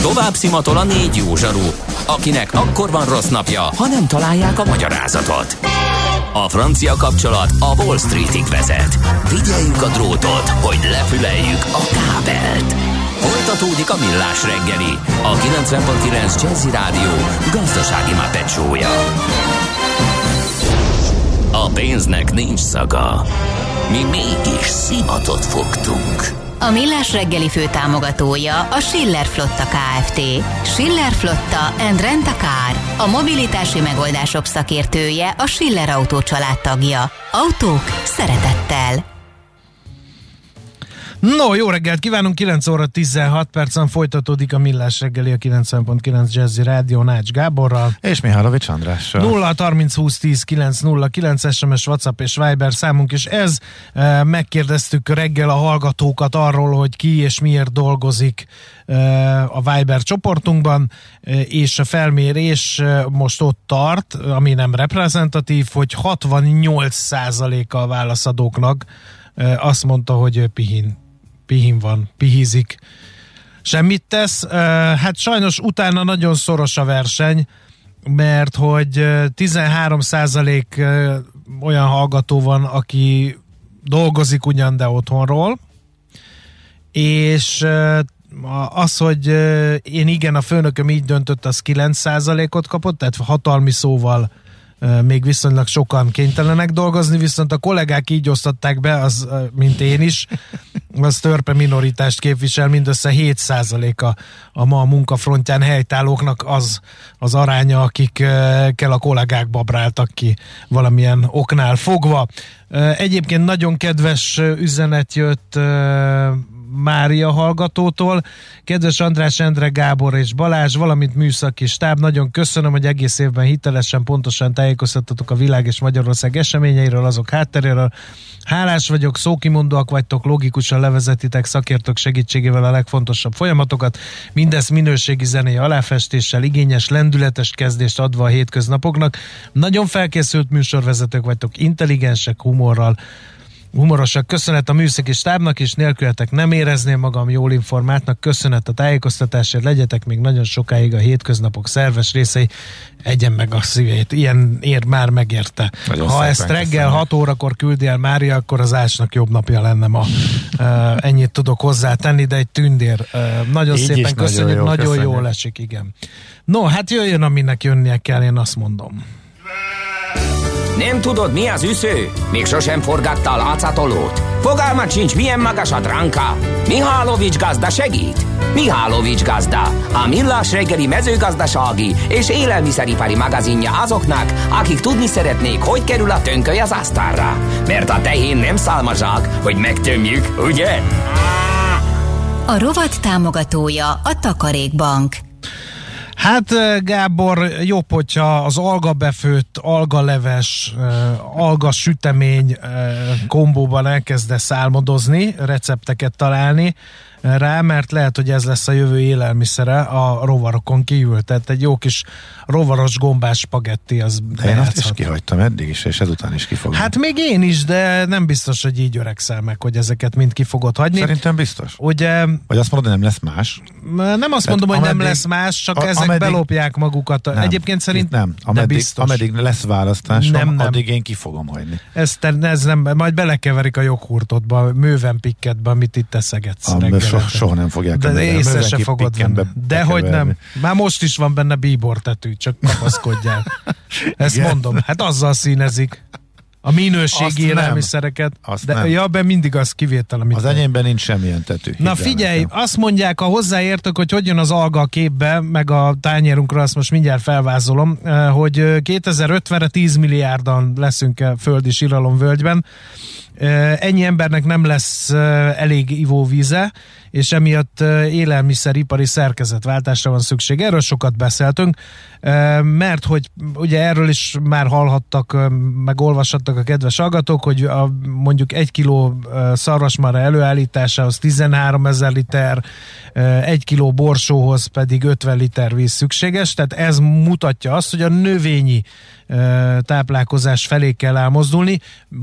Tovább szimatol a 4 jó zsaru, akinek akkor van rossz napja, ha nem találják a magyarázatot. A francia kapcsolat a Wall Streetig vezet. Figyeljük a drótot, hogy lefüleljük a kábelt. Folytatódik a Millás reggeli, a 90.9 Jazzy Rádió gazdasági mápecsója. A pénznek nincs szaga. Mi mégis szimatot fogtunk. A Millás reggeli főtámogatója a Schiller Flotta Kft. Schiller Flotta and Rent a Car. A mobilitási megoldások szakértője, a Schiller Autó család tagja. Autók szeretettel. No, jó reggelt kívánunk, 9 óra 16 percen folytatódik a Millás reggeli a 90.9 Jazzy Rádió Ács Gáborral. És Mihálovics Andrással. 0 30 20 10 909 SMS, WhatsApp és Viber számunk is ez. Megkérdeztük reggel a hallgatókat arról, hogy ki és miért dolgozik a Viber csoportunkban, és a felmérés most ott tart, ami nem reprezentatív, hogy 68%-a a válaszadóknak azt mondta, hogy pihin van, pihizik, semmit tesz. Hát sajnos utána nagyon szoros a verseny, mert hogy 13% olyan hallgató van, aki dolgozik ugyan, de otthonról, és az, hogy én igen, a főnököm így döntött, az 9%-ot kapott, tehát hatalmi szóval még viszonylag sokan kénytelenek dolgozni, viszont a kollégák így osztották be, az, mint én is, az törpe minoritást képvisel, mindössze 7% a ma a munkafrontján helytállóknak az aránya, akikkel a kollégák babráltak ki valamilyen oknál fogva. Egyébként nagyon kedves üzenet jött Mária hallgatótól. Kedves András, Endre, Gábor és Balázs, valamint műszaki stáb, nagyon köszönöm, hogy egész évben hitelesen, pontosan tájékoztattatok a világ és Magyarország eseményeiről, azok hátteréről. Hálás vagyok, szókimondóak vagytok, logikusan levezetitek szakértők segítségével a legfontosabb folyamatokat, mindezt minőségi zenei aláfestéssel, igényes, lendületes kezdést adva a hétköznapoknak. Nagyon felkészült műsorvezetők vagytok, intelligensek, humorosak. Köszönet a műszaki stábnak is, nélkületek nem érezném magam jól informáltnak. Köszönet a tájékoztatásért, legyetek még nagyon sokáig a hétköznapok szerves részei. Egyen meg a szívét, ilyen már megérte. Nagyon ha ezt reggel köszönöm. 6 órakor küldi el Mária, akkor az Ácsnak jobb napja lenne ma. Ennyit tudok hozzátenni, de egy tündér. Nagyon így szépen köszönjük, nagyon jól esik, igen. No, hát jöjjön, aminek jönnie kell, én azt mondom. Nem tudod, mi az üsző? Még sosem forgatta a látszatolót? Fogalmat sincs, milyen magas a dránka? Mihálovics gazda segít? Mihálovics gazda, a Millás reggeli mezőgazdasági és élelmiszeripari magazinja azoknak, akik tudni szeretnék, hogy kerül a tönköly az asztalra. Mert a tehén nem szálmazsák, hogy megtömjük, ugye? A rovat támogatója a Takarékbank. Hát Gábor, jobb, hogyha az algabefőtt, algaleves, algasütemény kombóban elkezdesz álmodozni, recepteket találni rá, mert lehet, hogy ez lesz a jövő élelmiszere a rovarokon kívül. Tehát egy jó kis rovaros gombás spagetti az de én azt is kihagytam eddig is, és ezután is kifogom. Hát még én is, de nem biztos, hogy így öregszel meg, hogy ezeket mind ki fogod hagyni. Szerintem biztos. Ugye, vagy azt mondod, hogy nem lesz más? Nem azt mondom, hogy nem lesz más, csak ezek belopják magukat. Nem, egyébként szerint nem. Ameddig lesz választásom, addig én ki fogom hagyni. Ez nem, majd belekeverik a joghurtodba, mővenpikketbe, amit itt teszegetsz reggel. Soha nem fogják. De észre se fogod venni. Dehogy nem. Már most is van benne bíbortetű, csak kapaszkodjál. Ezt mondom. Hát azzal színezik a minőségi élelmiszereket. De mindig az kivétel, amit... Az enyémben nincs semmilyen tetű. Na figyelj, nekem. Azt mondják, ha hozzáértök, hogy jön az alga a képbe, meg a tányérunkra, azt most mindjárt felvázolom, hogy 2050-re 10 milliárdan leszünk a földi síralomvölgyben. Ennyi embernek nem lesz elég ivóvíze, és emiatt élelmiszeripari szerkezetváltásra van szükség. Erről sokat beszéltünk, mert hogy ugye erről is már hallhattak, meg olvashattak a kedves hallgatók, hogy mondjuk 1 kiló szarvasmarha előállításához 13 000 liter, 1 kiló borsóhoz pedig 50 liter víz szükséges, tehát ez mutatja azt, hogy a növényi táplálkozás felé kell elmozdulni.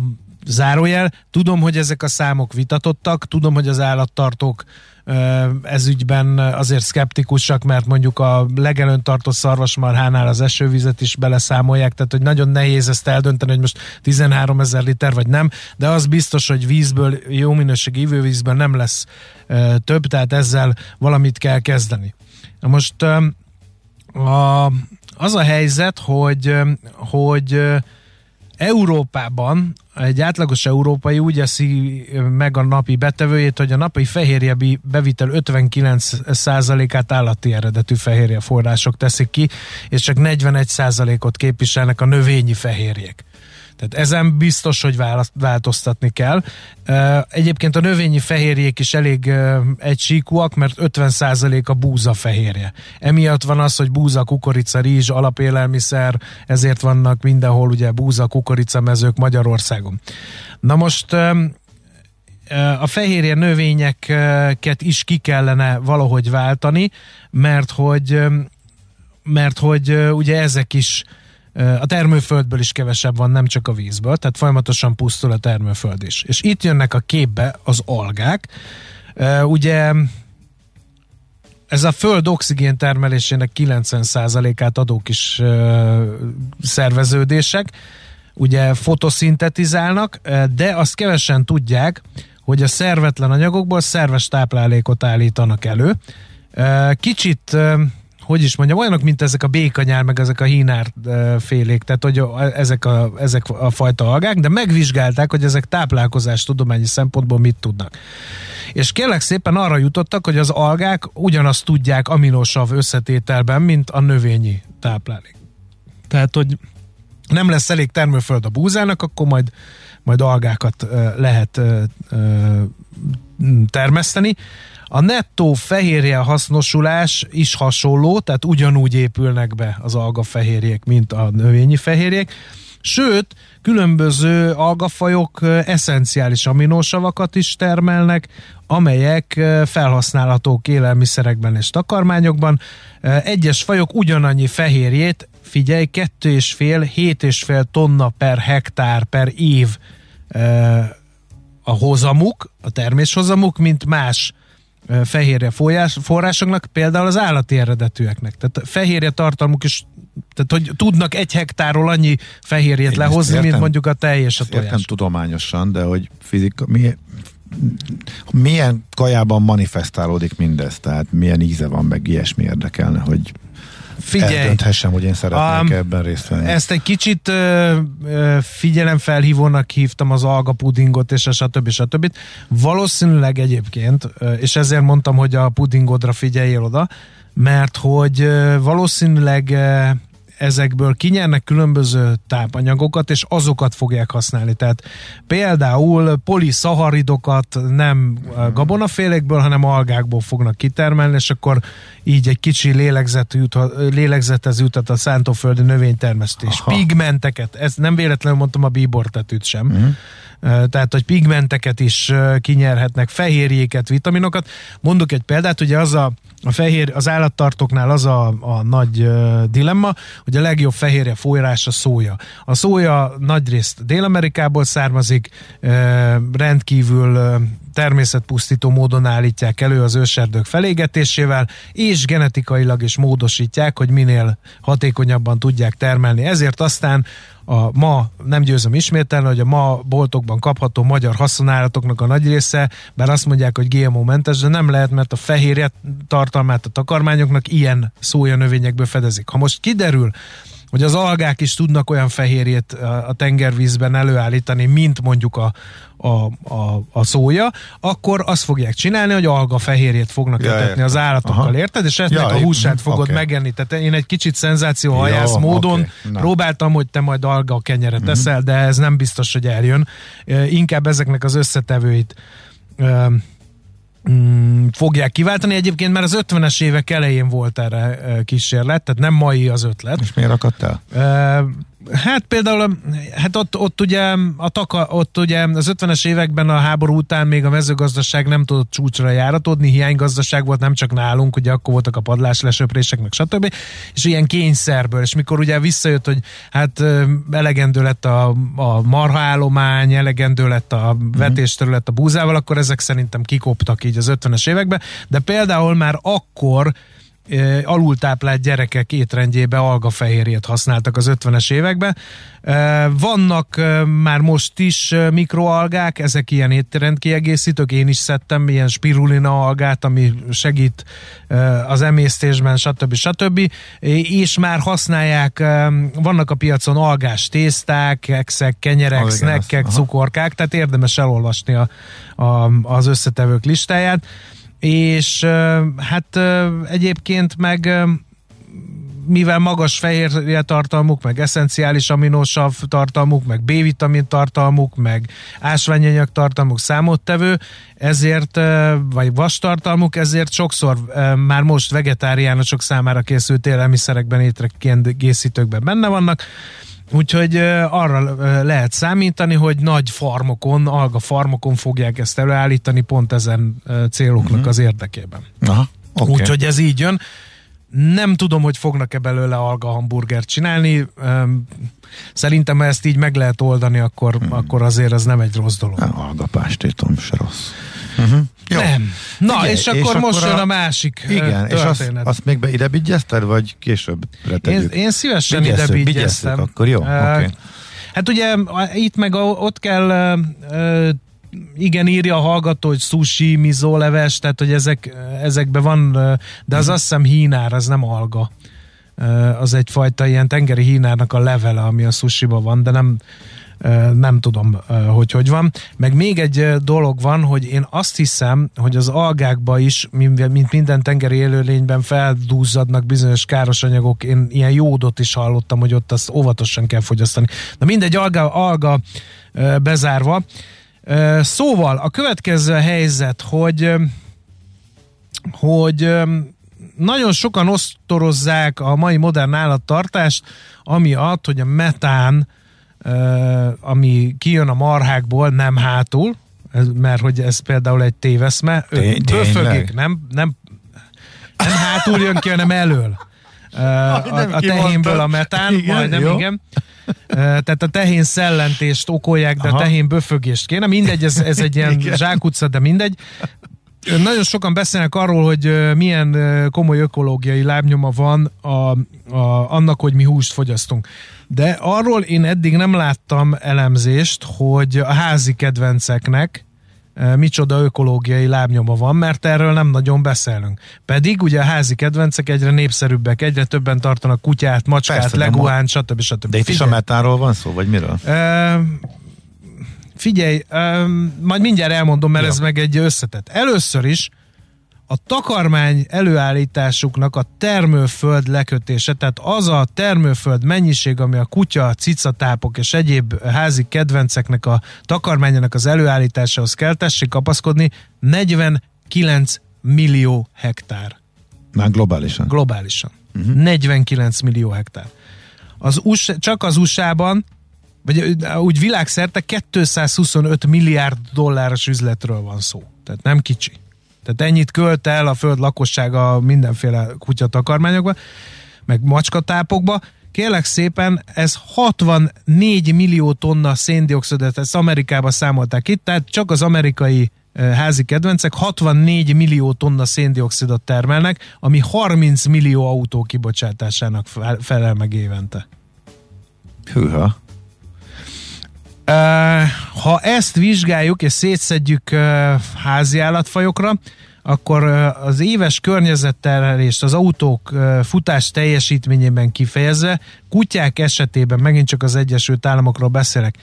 Zárójel, tudom, hogy ezek a számok vitatottak, tudom, hogy az állattartók ez ügyben azért szkeptikusak, mert mondjuk a legelőn tartott szarvasmarhánál az esővizet is beleszámolják, tehát hogy nagyon nehéz ezt eldönteni, hogy most 13 000 liter vagy nem, de az biztos, hogy vízből, jó minőségű ivóvízből nem lesz több, tehát ezzel valamit kell kezdeni. Most az a helyzet, hogy Európában egy átlagos európai úgy eszi meg a napi betevőjét, hogy a napi fehérje bevitel 59%-át állati eredetű fehérje források teszik ki, és csak 41%-ot képviselnek a növényi fehérjék. Tehát ezen biztos, hogy változtatni kell. Egyébként a növényi fehérjék is elég egysíkúak, mert 50% a búza fehérje. Emiatt van az, hogy búza, kukorica, rizs, alapélelmiszer, ezért vannak mindenhol ugye búza, kukorica mezők Magyarországon. Na most a fehérje növényeket is ki kellene valahogy váltani, mert hogy ugye ezek is a termőföldből is kevesebb van, nem csak a vízből, tehát folyamatosan pusztul a termőföld is. És itt jönnek a képbe az algák. Ugye ez a föld oxigén termelésének 90%-át adó kis szerveződések, ugye fotoszintetizálnak, de azt kevesen tudják, hogy a szervetlen anyagokból szerves táplálékot állítanak elő. Kicsit hogy is mondjam, olyanok, mint ezek a békanyár, meg ezek a hínár félék, tehát hogy ezek a fajta algák, de megvizsgálták, hogy ezek táplálkozás tudományi szempontból mit tudnak. És kérlek szépen arra jutottak, hogy az algák ugyanazt tudják aminósav összetételben, mint a növényi táplálék. Tehát, hogy nem lesz elég termőföld a búzának, akkor majd algákat lehet termeszteni. A nettó fehérje hasznosulás is hasonló, tehát ugyanúgy épülnek be az algafehérjék, mint a növényi fehérjék. Sőt, különböző algafajok esszenciális aminósavakat is termelnek, amelyek felhasználhatók élelmiszerekben és takarmányokban. Egyes fajok ugyanannyi fehérjét, figyelj, 2,5-7,5 tonna per hektár per év a hozamuk, a terméshozamuk, mint más fehérje forrásoknak, például az állati eredetűeknek. Tehát fehérje tartalmuk is, tehát hogy tudnak 1 hektárról annyi fehérjét lehozni, mint mondjuk a tej és a tojás. Értem tudományosan, de hogy milyen kajában manifestálódik mindez? Tehát milyen íze van, meg ilyesmi érdekelne, hogy eldönthessem, hogy én szeretnék ebben részt venni. Ezt egy kicsit figyelemfelhívónak hívtam az algapudingot, és stb. Valószínűleg egyébként, és ezért mondtam, hogy a pudingodra figyeljél oda, mert hogy valószínűleg ezekből kinyernek különböző tápanyagokat, és azokat fogják használni. Tehát például poliszaharidokat nem gabonafélékből, hanem algákból fognak kitermelni, és akkor így egy kicsi lélegzethez jutott a szántóföldi növénytermesztés. Aha. Pigmenteket, ezt nem véletlenül mondtam a bíbortetűt sem. Tehát, hogy pigmenteket is kinyerhetnek, fehérjéket, vitaminokat. Mondok egy példát, ugye az állattartóknál az a nagy dilemma, hogy a legjobb fehérje forrás a szója. A szója nagyrészt Dél-Amerikából származik, rendkívül természetpusztító módon állítják elő az őserdők felégetésével, és genetikailag is módosítják, hogy minél hatékonyabban tudják termelni. Ezért aztán ma nem győzöm ismételni, hogy a ma boltokban kapható magyar haszonállatoknak a nagy része, bár azt mondják, hogy GMO-mentes, de nem lehet, mert a fehérje tartalmát a takarmányoknak ilyen szójanövényekből fedezik. Ha most kiderül, hogy az algák is tudnak olyan fehérjét a tengervízben előállítani, mint mondjuk a szója, akkor azt fogják csinálni, hogy alga fehérjét fognak etetni az állatokkal, érted? És ennek a húsát fogod megenni. Tehát én egy kicsit szenzációhajász módon próbáltam, hogy te majd alga kenyeret eszel, de ez nem biztos, hogy eljön. Inkább ezeknek az összetevőit fogják kiváltani. Egyébként már az 50-es évek elején volt erre kísérlet, tehát nem mai az ötlet. És miért akadt el? Hát például ott ugye az 50-es években a háború után még a mezőgazdaság nem tudott csúcsra járatodni, hiánygazdaság volt, nem csak nálunk, ugye akkor voltak a padláslesöprések, meg stb. És ilyen kényszerből, és mikor ugye visszajött, hogy hát elegendő lett a marhaállomány, elegendő lett a vetésterület a búzával, akkor ezek szerintem kikoptak így az 50-es években, de például már akkor alultáplált gyerekek étrendjébe algafehérjét használtak az 50-es években. Vannak már most is mikroalgák, ezek ilyen étrendkiegészítők, én is szedtem ilyen spirulina algát, ami segít az emésztésben, stb. És már használják, vannak a piacon algás tészták, kekszek, kenyerek, snackek, cukorkák, tehát érdemes elolvasni az összetevők listáját. És hát egyébként meg mivel magas fehérje tartalmuk, meg eszenciális aminosav tartalmuk, meg B-vitamin tartalmuk, meg ásványanyag tartalmuk számottevő, ezért, vagy vas tartalmuk, ezért sokszor már most vegetáriánusok számára készült élelmiszerekben, étregészítőkben benne vannak. Úgyhogy arra lehet számítani, hogy nagy farmokon, algafarmokon fogják ezt előállítani pont ezen céloknak az érdekében. Aha, okay. Úgyhogy ez így jön. Nem tudom, hogy fognak-e belőle alga hamburgert csinálni. Szerintem, ha ezt így meg lehet oldani, akkor azért ez nem egy rossz dolog. Alga pástétom se rossz. Nem. Na, figyelj, és akkor most jön a másik igen, történet. És azt még ide vigyezted, vagy később tegyük? Én szívesen ide vigyeztem. Akkor jó, oké. Hát ugye itt meg ott kell igen, írja a hallgató, hogy sushi, mizóleves, tehát hogy ezekben van, de az azt hiszem hínár, az nem alga. Az egyfajta ilyen tengeri hínárnak a levele, ami a sushiban van, de nem tudom, hogy van. Meg még egy dolog van, hogy én azt hiszem, hogy az algákba is, mint minden tengeri élőlényben feldúzzadnak bizonyos káros anyagok. Én ilyen jódot is hallottam, hogy ott azt óvatosan kell fogyasztani. Na mindegy, alga bezárva. Szóval a következő helyzet, hogy nagyon sokan osztorozzák a mai modern állattartást, amiatt, hogy a metán, ami kijön a marhákból, nem hátul, mert hogy ez például egy téveszme, böfögik, nem hátul jön ki, hanem elől. A tehénből a metán, igen, majdnem, jó. Igen. Tehát a tehén szellentést okolják, de a tehén böfögést kéne. Mindegy, ez egy ilyen zsákutca, de mindegy. Nagyon sokan beszélnek arról, hogy milyen komoly ökológiai lábnyoma van annak, hogy mi húst fogyasztunk. De arról én eddig nem láttam elemzést, hogy a házi kedvenceknek micsoda ökológiai lábnyoma van, mert erről nem nagyon beszélünk. Pedig ugye a házi kedvencek egyre népszerűbbek, egyre többen tartanak kutyát, macskát, persze, leguánt, stb. De itt is a metánról van szó, vagy miről? Figyelj, majd mindjárt elmondom, mert ez meg egy összetett. Először is a takarmány előállításuknak a termőföld lekötése, tehát az a termőföld mennyiség, ami a kutya, cicatápok és egyéb házi kedvenceknek a takarmányának az előállításához kell, tessék kapaszkodni, 49 millió hektár. Már globálisan? Globálisan. 49 millió hektár. Csak az USA-ban, vagy úgy világszerte 225 milliárd dolláros üzletről van szó. Tehát nem kicsi. Tehát ennyit költ el a föld lakossága mindenféle kutyatakarmányokba, meg macskatápokba. Kérlek szépen, ez 64 millió tonna széndioxidot, ezt Amerikában számolták itt, tehát csak az amerikai házi kedvencek 64 millió tonna széndioxidot termelnek, ami 30 millió autó kibocsátásának felel meg évente. Hűha! Ha ezt vizsgáljuk és szétszedjük házi állatfajokra, akkor az éves környezetterhelést az autók futás teljesítményében kifejezve, kutyák esetében, megint csak az Egyesült Államokról beszélek,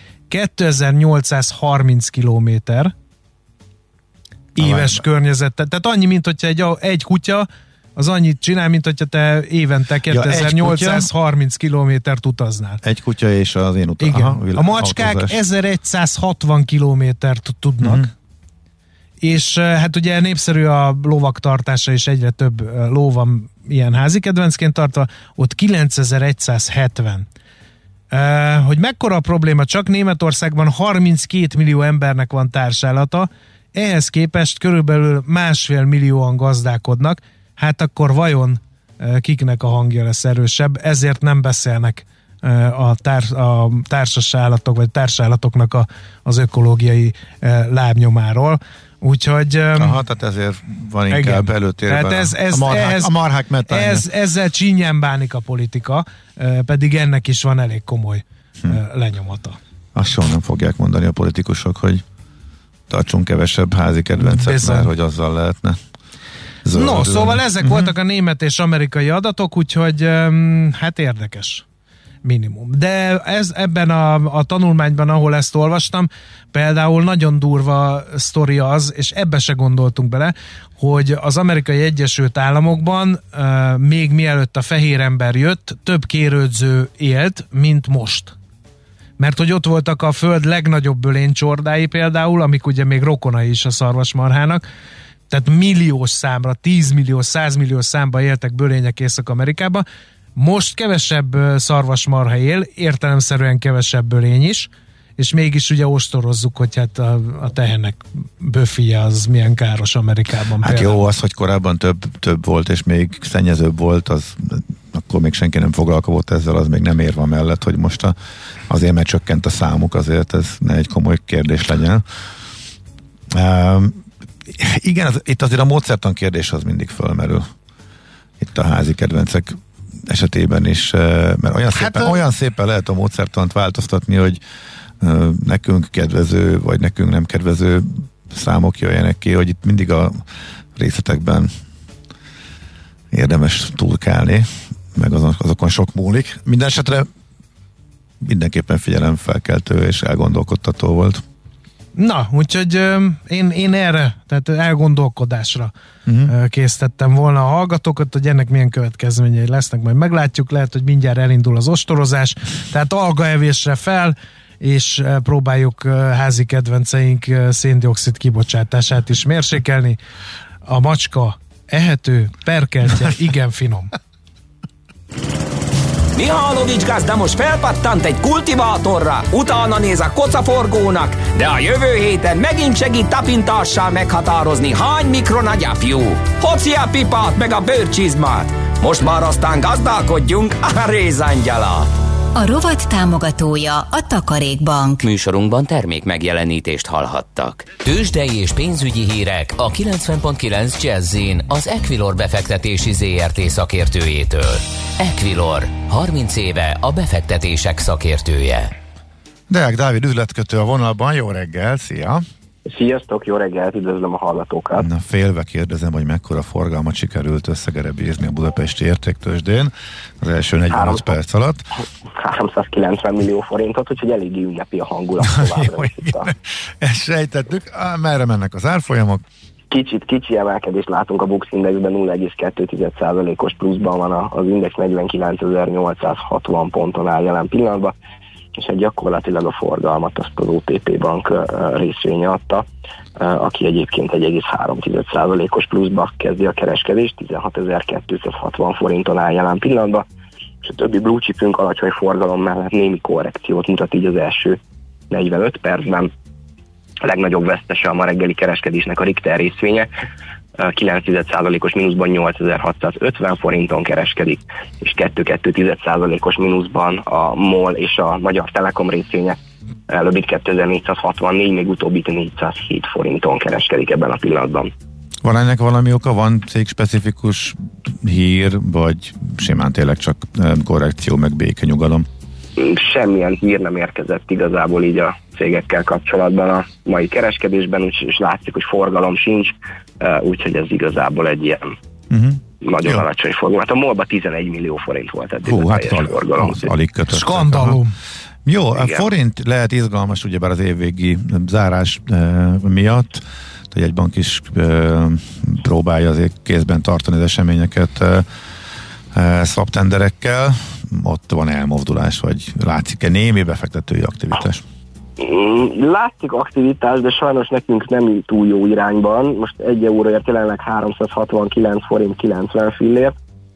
2830 kilométer éves környezettel. Tehát annyi, mint hogyha egy kutya az annyit csinál, mint hogyha te évente 2830 kilométert utaznál. Egy kutya és az én utam. Igen. A macskák autózás. 1160 kilométert tudnak. És hát ugye népszerű a lovak tartása, és egyre több ló van ilyen házi kedvencként tartva, ott 9170. Hogy mekkora a probléma, csak Németországban 32 millió embernek van társállata, ehhez képest körülbelül 1,5 millióan gazdálkodnak, hát akkor vajon kiknek a hangja lesz erősebb, ezért nem beszélnek a társasállatok vagy társállatoknak az ökológiai lábnyomáról. Úgyhogy... Aha, tehát ezért van inkább igen. Előtérben a marhák metánya. Ezzel csínyán bánik a politika, pedig ennek is van elég komoly lenyomata. Azt soha nem fogják mondani a politikusok, hogy tartsunk kevesebb házi kedvencet, mert hogy azzal lehetne. No, szóval ezek voltak a német és amerikai adatok, úgyhogy hát érdekes. Minimum. De ebben a tanulmányban, ahol ezt olvastam, például nagyon durva sztori az, és ebbe se gondoltunk bele, hogy az Amerikai Egyesült Államokban még mielőtt a fehér ember jött, több kérődző élt, mint most. Mert hogy ott voltak a föld legnagyobb bölénycsordái például, amik ugye még rokonai is a szarvasmarhának, tehát milliós számra, 10 millió, 100 millió számba éltek bölények Észak-Amerikában. Most kevesebb szarvasmarha él, értelemszerűen kevesebb bölény is, és mégis ugye ostorozzuk, hogy hát a tehenek böfije az milyen káros Amerikában. Hát például. Jó, az, hogy korábban több volt, és még szennyezőbb volt, az akkor még senki nem foglalkozott ezzel, az még nem érve mellett, hogy most azért, mert csökkent a számuk, azért ez ne egy komoly kérdés legyen. Igen, itt azért a módszertan kérdés az mindig fölmerül. Itt a házi kedvencek esetében is, mert olyan szépen lehet a módszertant változtatni, hogy nekünk kedvező, vagy nekünk nem kedvező számok jöjjenek ki, hogy itt mindig a részletekben érdemes turkálni, meg azokon sok múlik. Minden esetre mindenképpen figyelemfelkeltő és elgondolkodtató volt. Na, úgyhogy én erre, tehát elgondolkodásra késztettem volna a hallgatókat, hogy ennek milyen következményei lesznek, majd meglátjuk, lehet, hogy mindjárt elindul az ostorozás, tehát algaevésre fel, és próbáljuk házi kedvenceink szén-dioxid kibocsátását is mérsékelni. A macska ehető, perkeltje, igen finom. Mihálovics gazda most felpattant egy kultivátorra, utána néz a kocaforgónak, de a jövő héten megint segít tapintással meghatározni, hány mikron a gyapjú. Hoci a pipát meg a bőrcsizmát. Most már aztán gazdálkodjunk a rézangyalat. A rovat támogatója a Takarékbank. Műsorunkban termék megjelenítést hallhattak. Tőzsdei és pénzügyi hírek a 90.9 Jazz-in az Equilor befektetési ZRT szakértőjétől. Equilor, 30 éve a befektetések szakértője. Deák Dávid üzletkötő a vonalban, jó reggel, szia! Sziasztok, jó reggelt, üdvözlöm a hallgatókat! Na, félve kérdezem, hogy mekkora forgalmat sikerült összegerebézni a budapesti értéktőzsdén az első 45 perc alatt. 390 millió forintot, úgyhogy eléggé ünnepi a hangulat. Ezt sejtettük. Merre mennek az árfolyamok? Kicsi emelkedést látunk a Bux Indexben, 0,2%-os pluszban van az Index, 49.860 ponton áll jelen pillanatban, és gyakorlatilag a forgalmat azt az OTP Bank részvénye adta, aki egyébként 1,3%-os pluszba kezdi a kereskedést, 16.260 forinton áll jelen pillanatban, és a többi blue chipünk alacsony forgalom mellett némi korrekciót mutat így az első 45 percben. A legnagyobb vesztese a ma reggeli kereskedésnek a Richter részvénye, 9%-os mínuszban 8650 forinton kereskedik, és 2,2%-os mínuszban a MOL és a Magyar Telekom részvénye, előbbit 2464, még utóbbit 407 forinton kereskedik ebben a pillanatban. Van ennek valami oka? Van cég-specifikus hír, vagy simán tényleg csak korrekció, meg békenyugalom? Semmilyen hír nem érkezett igazából így a cégekkel kapcsolatban a mai kereskedésben, és látszik, hogy forgalom sincs, úgyhogy ez igazából egy ilyen nagyon alacsony forgalom. A MOL-ban 11 millió forint volt eddig a teljes forgalom. Alig kötött. Skandalum. Jó, a forint lehet izgalmas, ugyebár az évvégi zárás miatt, hogy egy bank is próbálja azért kézben tartani az eseményeket swap tenderekkel. Ott van elmozdulás, vagy látszik-e némi befektetői aktivitás? Látszik aktivitás, de sajnos nekünk nem túl jó irányban. Most 1 euróért jelenleg 369 forint 90 fillért,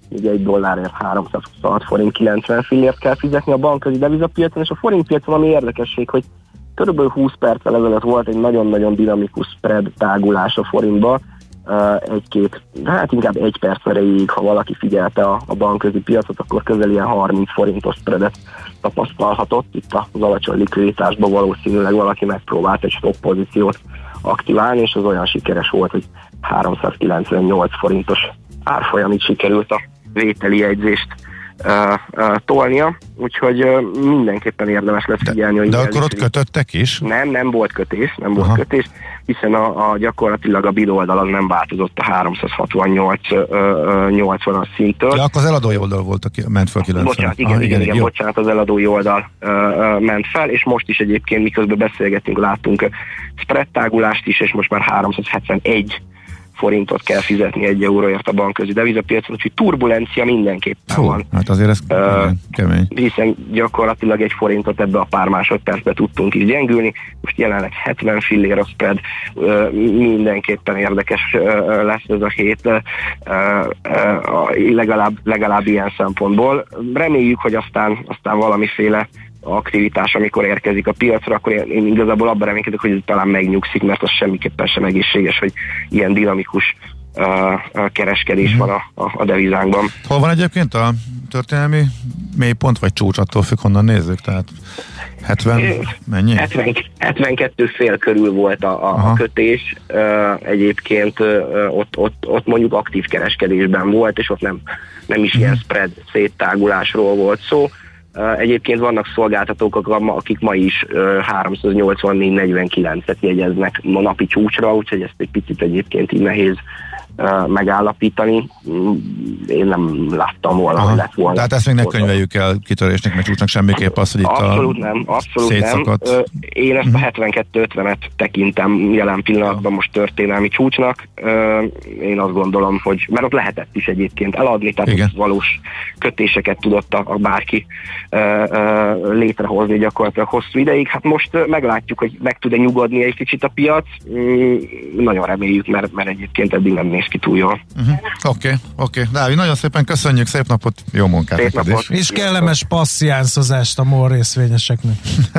ugye egy dollárért 326 forint 90 fillért kell fizetni a bankközi devizapiacon, és a forintpiacon ami érdekesség, hogy körülbelül 20 perccel ezelőtt volt egy nagyon-nagyon dinamikus spread tágulás a forintba, inkább egy perc erejéig, ha valaki figyelte a bankközi piacot, akkor közel ilyen 30 forintos spreadet tapasztalhatott. Itt az alacsony likviditásban valószínűleg valaki megpróbált egy stop pozíciót aktiválni, és az olyan sikeres volt, hogy 398 forintos árfolyamig sikerült a vételi jegyzést tolnia, úgyhogy mindenképpen érdemes lesz figyelni. Hogy de akkor ott kötöttek is? Nem volt kötés, kötés, hiszen a gyakorlatilag a bid oldal az nem változott a 368-80-as szinttől. Ja, akkor az eladói oldal volt, aki ment fel 90. Bocsánat, igen, bocsánat, az eladói oldal ment fel, és most is egyébként miközben beszélgetünk, láttunk spread tágulást is, és most már 371 forintot kell fizetni 1 euróért a bankközi devizapiacon, úgyhogy turbulencia mindenképpen van. Hát azért ez kemény. Hiszen gyakorlatilag 1 forintot ebbe a pár másodpercbe tudtunk is gyengülni, most jelenleg 70 fillér a spread, mindenképpen érdekes lesz ez a hét, legalább ilyen szempontból. Reméljük, hogy aztán valamiféle aktivitás, amikor érkezik a piacra, akkor én igazából abban reménykedek, hogy ez talán megnyugszik, mert az semmiképpen sem egészséges, hogy ilyen dinamikus kereskedés van a devizánkban. Hol van egyébként a történelmi mélypont, vagy csúcs, attól függ, honnan nézzük? Tehát 70, mennyi? 72 fél körül volt a kötés, egyébként ott mondjuk aktív kereskedésben volt, és ott nem is ilyen spread széttágulásról volt szó. Egyébként vannak szolgáltatók, akik ma is 384-49-et jegyeznek a napi csúcsra, úgyhogy ezt egy picit egyébként így nehéz megállapítani. Én nem láttam volna, hogy lett volna. Tehát ezt még ne könyveljük el kitörésnek, meg csúcsnak semmiképp az, hogy itt abszolút nem. Én ezt a 72-50-et tekintem jelen pillanatban most történelmi csúcsnak. Én azt gondolom, hogy mert ott lehetett is egyébként eladni, tehát valós kötéseket tudott a bárki létrehozni gyakorlatilag hosszú ideig. Hát most meglátjuk, hogy meg tud-e nyugodni egy kicsit a piac. Nagyon reméljük, mert egyébként eddig nem néz ki túl jól. Oké. Dávid, nagyon szépen köszönjük, szép napot, jó munkát neked is. És kellemes passziánszozást a MOL részvényeseknek.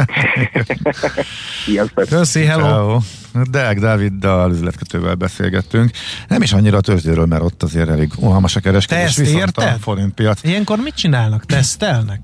Köszi, hello! Deák Dáviddal, üzletkötővel beszélgettünk. Nem is annyira a tőzsdéről, mert ott azért elég unalmas a kereskedés. Te ezt érted? A forintpiac. Ilyenkor mit csinálnak? Tesztelnek?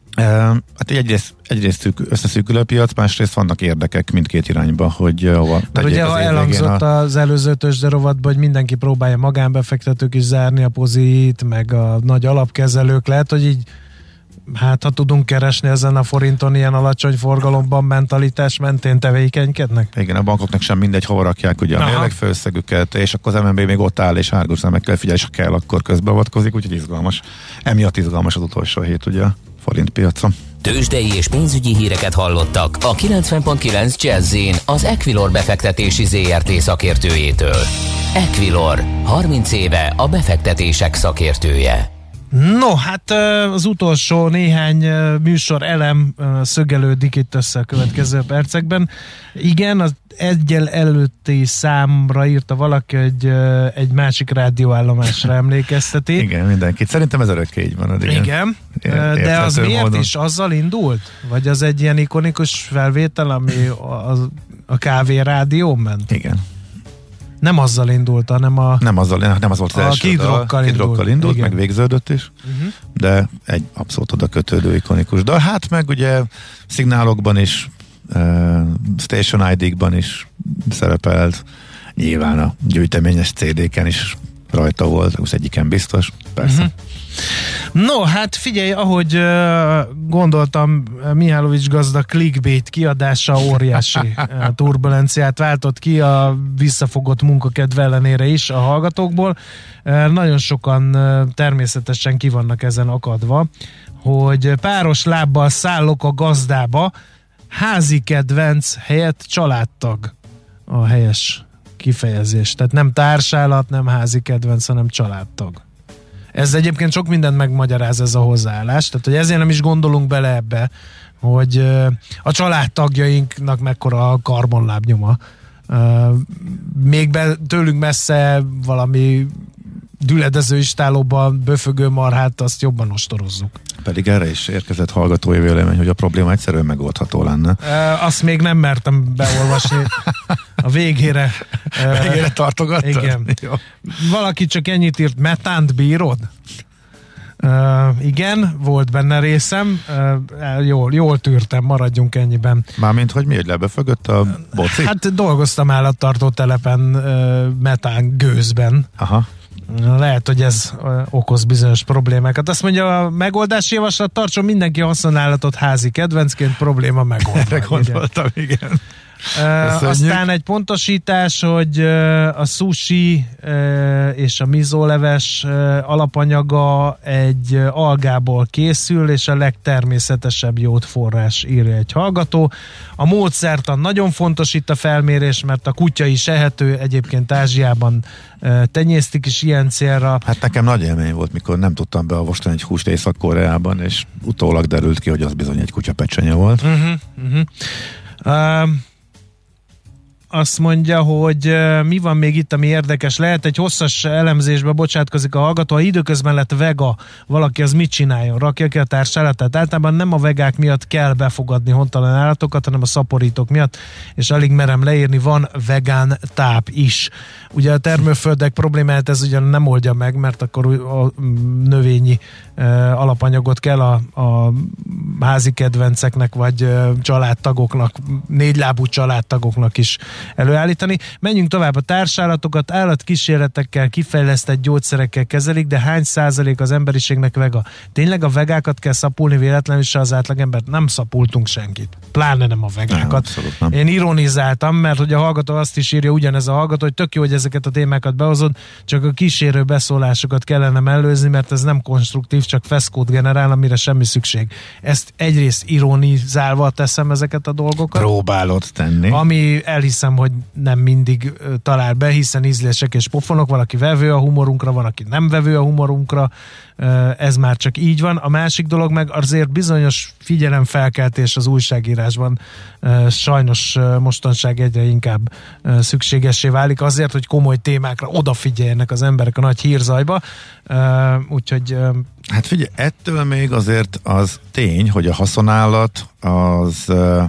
Hát egyrészt összeszűkül a piac, másrészt vannak érdekek mindkét irányba, hogy hova tegyék. Ugye, ha elhangzott az előző tőzsde rovatban, hogy mindenki próbálja magánbefektetők is zárni a pozit, meg a nagy alapkezelők, lehet, hogy így hát ha tudunk keresni ezen a forinton ilyen alacsony forgalomban mentalitás mentén tevékenykednek? Igen, a bankoknak sem mindegy, hova rakják ugye a mérleg főszegüket, és akkor az MNB még ott áll, és árgus szemekkel figyel, és ha kell, akkor közbeavatkozik, úgyhogy izgalmas. Emiatt izgalmas az utolsó hét, ugye a forintpiacon. Tőzsdei és pénzügyi híreket hallottak a 90.9 Jazz-in az Equilor befektetési ZRT szakértőjétől. Equilor, 30 éve a befektetések szakértője. No, hát az utolsó néhány műsor elem szögelődik itt össze a következő percekben. Igen, az egyel előtti számra írta valaki, hogy egy másik rádióállomásra emlékezteti. Igen, mindenkit. Szerintem ez örökké így van. Igen, de az miért is azzal indult? Vagy az egy ilyen ikonikus felvétel, ami a kávé rádión ment? Igen. Nem azzal indult, hanem nem az volt az első. Kidrokkal indult, meg végződött is, de egy abszolút oda kötődő ikonikus dal. Hát meg ugye szignálokban is, Station ID-kban is szerepelt, nyilván a gyűjteményes CD-ken is rajta volt, az egyiken biztos, persze. No, hát figyelj, ahogy gondoltam, Mihálovics gazda clickbait kiadása óriási turbulenciát váltott ki a visszafogott munkakedv ellenére is a hallgatókból. Nagyon sokan természetesen ki vannak ezen akadva, hogy páros lábbal szállok a gazdába, házi kedvenc helyett családtag a helyes kifejezés. Tehát nem társállat, nem házi kedvenc, hanem családtag. Ez egyébként sok mindent megmagyaráz ez a hozzáállás, tehát hogy ezért nem is gondolunk bele ebbe, hogy a családtagjainknak mekkora a karbonlábnyoma. Még tőlünk messze valami düledező istálóban böfögő marhát, azt jobban ostorozzuk. Pedig erre is érkezett hallgatói vélemény, hogy a probléma egyszerűen megoldható lenne. Azt még nem mertem beolvasni. A végére. Végére tartogattad? Igen. Jó. Valaki csak ennyit írt, metánt bírod? Igen, volt benne részem. Jól tűrtem, maradjunk ennyiben. Mármint, hogy miért lebefögött a boci? Hát dolgoztam állattartó telepen metán gőzben. Aha. Lehet, hogy ez okoz bizonyos problémákat. Azt mondja, a megoldási javaslat tartson mindenki használatot házi kedvencként, probléma megoldva. Erre gondoltam, igen. Aztán egy pontosítás, hogy a sushi és a mizóleves alapanyaga egy algából készül, és a legtermészetesebb jódforrás, írja egy hallgató. A módszertan nagyon fontos itt a felmérés, mert a kutya is ehető, egyébként Ázsiában tenyésztik is ilyen célra. Hát nekem nagy élmény volt, mikor nem tudtam beavostani egy húst Észak-Koreában, és utólag derült ki, hogy az bizony egy kutyapecsenye volt. Azt mondja, hogy mi van még itt, ami érdekes lehet. Egy hosszas elemzésbe bocsátkozik a hallgató. Ha időközben lett vega, valaki az mit csináljon? Rakja ki a társállatát? Általában nem a vegák miatt kell befogadni hontalan állatokat, hanem a szaporítók miatt, és alig merem leírni, van vegán táp is. Ugye a termőföldek problémáját ez ugyan nem oldja meg, mert akkor a növényi alapanyagot kell a házi kedvenceknek, vagy családtagoknak, négylábú családtagoknak is előállítani. Menjünk tovább, a társálatokat állatkísérletekkel, kifejlesztett gyógyszerekkel kezelik, de hány százalék az emberiségnek vega? Tényleg a vegákat kell szapulni véletlenül, és az átlagembert nem szapultunk senkit. Pláne nem a vegákat. Nem, én ironizáltam, mert hogy a hallgató azt is írja, ugyanez a hallgató, hogy tök jó, hogy ezeket a témákat behozod, csak a kísérő beszólásokat kellene mellőzni, mert ez nem konstruktív, csak feszkót generál, amire semmi szükség. Ezt egyrészt ironizálva teszem ezeket a dolgokat. Próbálod tenni. Ami elhiszem, hogy nem mindig talál be, hiszen ízlések és pofonok, valaki vevő a humorunkra, van, aki nem vevő a humorunkra, ez már csak így van. A másik dolog meg azért bizonyos figyelemfelkeltés az újságírásban sajnos mostanság egyre inkább szükségessé válik azért, hogy komoly témákra odafigyeljenek az emberek a nagy hírzajba. Úgyhogy... Hát figyelj, ettől még azért az tény, hogy a haszonállat az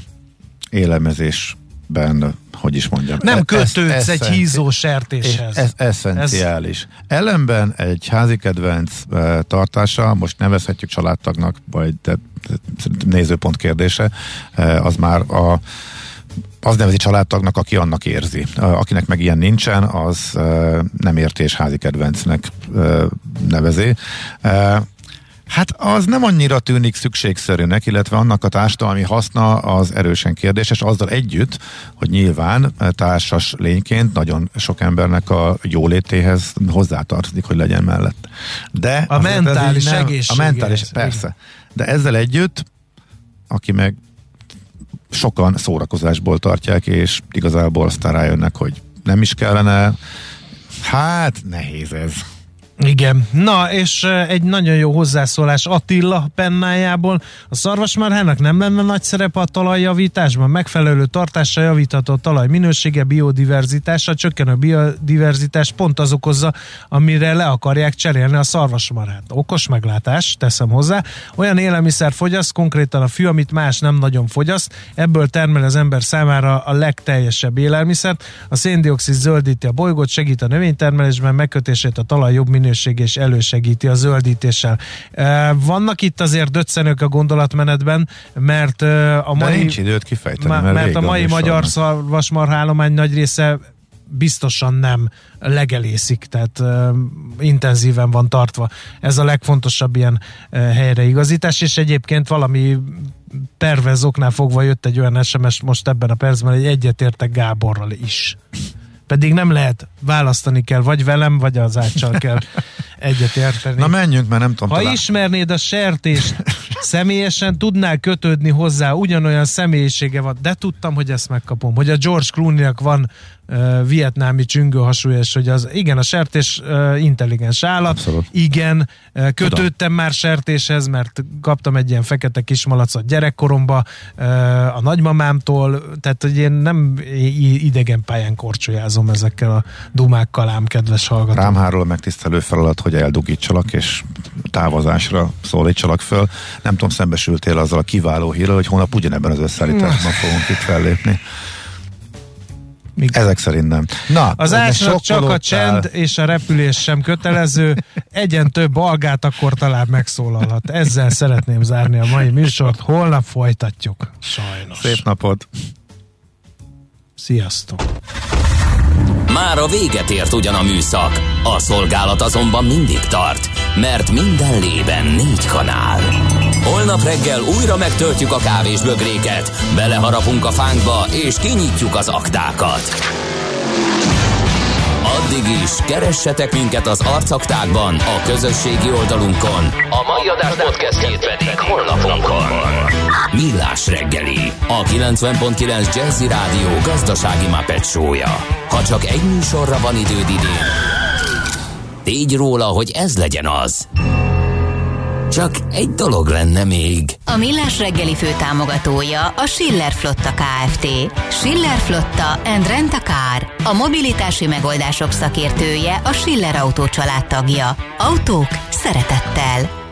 élelmezésben, hogy is mondjam. Nem kötődsz egy hízó sertéshez. Ez eszenciális. Ellenben egy házi kedvenc tartása, most nevezhetjük családtagnak, vagy nézőpont kérdése, az már az nevezi családtagnak, aki annak érzi. Akinek meg ilyen nincsen, az nem érti és házi kedvencnek nevezi. Hát az nem annyira tűnik szükségszerűnek, illetve annak a társadalmi haszna az erősen kérdéses, azzal együtt, hogy nyilván társas lényként nagyon sok embernek a jólétéhez hozzátartozik, hogy legyen mellett. De a mentális egészséghez. A mentális, persze. De ezzel együtt, aki meg sokan szórakozásból tartják, és igazából aztán rájönnek, hogy nem is kellene, hát nehéz ez. Igen. Na, és egy nagyon jó hozzászólás Attila pennájából. A szarvasmarhának nem lenne nagy szerepe a talajjavításban? Megfelelő tartással javítható a talaj minősége, biodiverzitása, csökkenő biodiverzitás pont az okozza, amire le akarják cserélni a szarvasmarhát. Okos meglátás, teszem hozzá. Olyan élelmiszer fogyaszt, konkrétan a fű, amit más nem nagyon fogyaszt, ebből termel az ember számára a legteljesebb élelmiszert. A széndioxid zöldíti a bolygót, segít a növénytermelésben, megkötését a talaj jobb minőség és elősegíti a zöldítéssel. Vannak itt azért döccenők a gondolatmenetben, mert a mai, nincs időt kifejteni, mert a mai magyar szarvasmarhállomány nagy része biztosan nem legelészik, tehát intenzíven van tartva. Ez a legfontosabb ilyen helyreigazítás, és egyébként valami perverz oknál fogva jött egy olyan SMS most ebben a percben, hogy egyetértek Gáborral is. Pedig nem lehet, választani kell, vagy velem, vagy az Áccsal kell egyetérteni. Na menjünk, mert nem tudom. Ha ismernéd a sertést, személyesen tudnál kötődni hozzá, ugyanolyan személyisége van, de tudtam, hogy ezt megkapom, hogy a George Clooney-nak van vietnámi csüngőhasúja, és hogy igen, a sertés intelligens állat. Abszolút. Igen, kötődtem már sertéshez, mert kaptam egy ilyen fekete kismalacot gyerekkoromba a nagymamámtól, tehát hogy én nem idegen pályán korcsolyázom ezekkel a dumákkal, ám kedves hallgatók. Rám hárul a megtisztelő feladat, hogy eldugítsalak, és távozásra szólítsalak föl. Nem tudom, szembesültél azzal a kiváló hírrel, hogy holnap ugyanebben az összeállításban fogunk itt fellépni. Ezek szerint nem. Na, az ásnak csak a csend és a repülés sem kötelező, egyen több algát, akkor talán megszólalhat. Ezzel szeretném zárni a mai műsort, holnap folytatjuk. Sajnos. Szép napot! Sziasztok! Már a véget ért ugyan a műszak, a szolgálat azonban mindig tart, mert minden lében 4 kanál. Holnap reggel újra megtöltjük a kávésbögréket, beleharapunk a fánkba és kinyitjuk az aktákat. Addig is keressetek minket az arcaktákban, a közösségi oldalunkon. A mai adás podcastjét pedig honlapunkon. Millás reggeli, a 90.9 Jazzy Rádió gazdasági Muppet show-ja. Ha csak egy műsorra van időd idén, tégy róla, hogy ez legyen az. Csak egy dolog lenne még. A Millás reggeli főtámogatója a Schiller Flotta Kft. Schiller Flotta and Rent a Car. A mobilitási megoldások szakértője, a Schiller Autó család tagja. Autók szeretettel.